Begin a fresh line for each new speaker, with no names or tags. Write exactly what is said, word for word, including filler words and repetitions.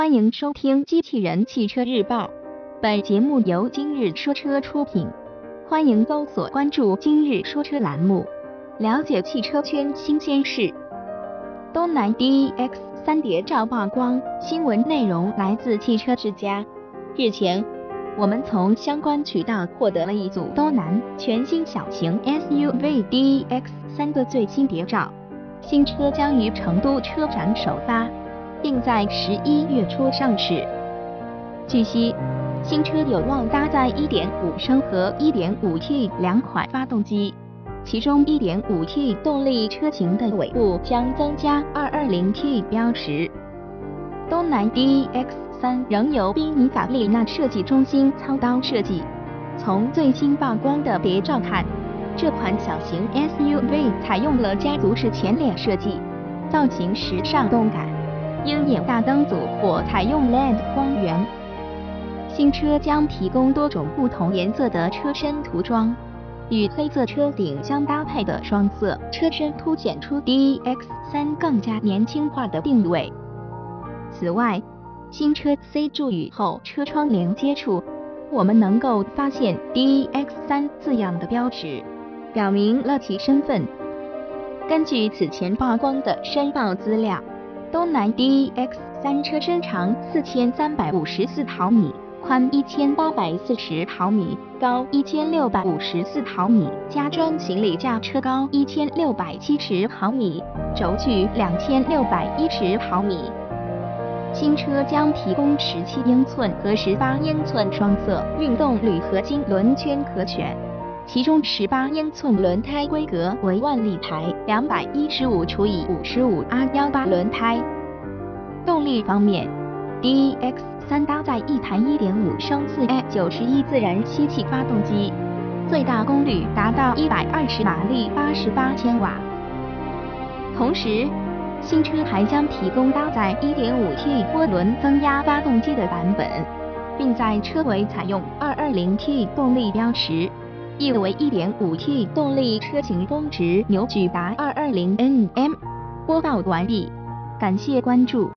欢迎收听机器人汽车日报，本节目由今日说车出品。欢迎搜索关注今日说车栏目，了解汽车圈新鲜事。东南 D E X 三谍照曝光，新闻内容来自汽车之家。日前，我们从相关渠道获得了一组东南全新小型 S U V D E X 三的最新谍照。新车将于成都车展首发，并在十一月初上市。据悉，新车有望搭载 一点五 升和 一点五 T 两款发动机，其中 一点五 T 动力车型的尾部将增加 二百二十 T 标识。东南 D E X 三仍由宾尼法利纳设计中心操刀设计。从最新曝光的谍照看，这款小型 S U V 采用了家族式前脸设计，造型时尚动感。鹰眼大灯组或采用 L E D 光源。新车将提供多种不同颜色的车身涂装，与黑色车顶相搭配的双色车身凸显出 D E X 三更加年轻化的定位。此外，新车 C 柱与后车窗连接处，我们能够发现 D E X 三字样的标志，表明了其身份。根据此前曝光的申报资料，东南 D E X 三车身长四千三百五十四毫米，宽一千八百四十毫米，高一千六百五十四毫米，加装行李架车高一千六百七十毫米，轴距两千六百一十毫米。新车将提供十七英寸和十八英寸双色运动铝合金轮圈可选，其中十八英寸轮胎规格为万利牌两百一十五除以五十五 R 十八 轮胎。动力方面 ，D E X 三搭载一台 一点五 升四 A 九十一自然吸气发动机，最大功率达到一百二十马力，八十八千瓦。同时，新车还将提供搭载 一点五 T 涡轮增压发动机的版本，并在车尾采用 二百二十 T 动力标识，意为 一点五 T 动力车型峰值扭矩达 二百二十 N M。播报完毕，感谢关注。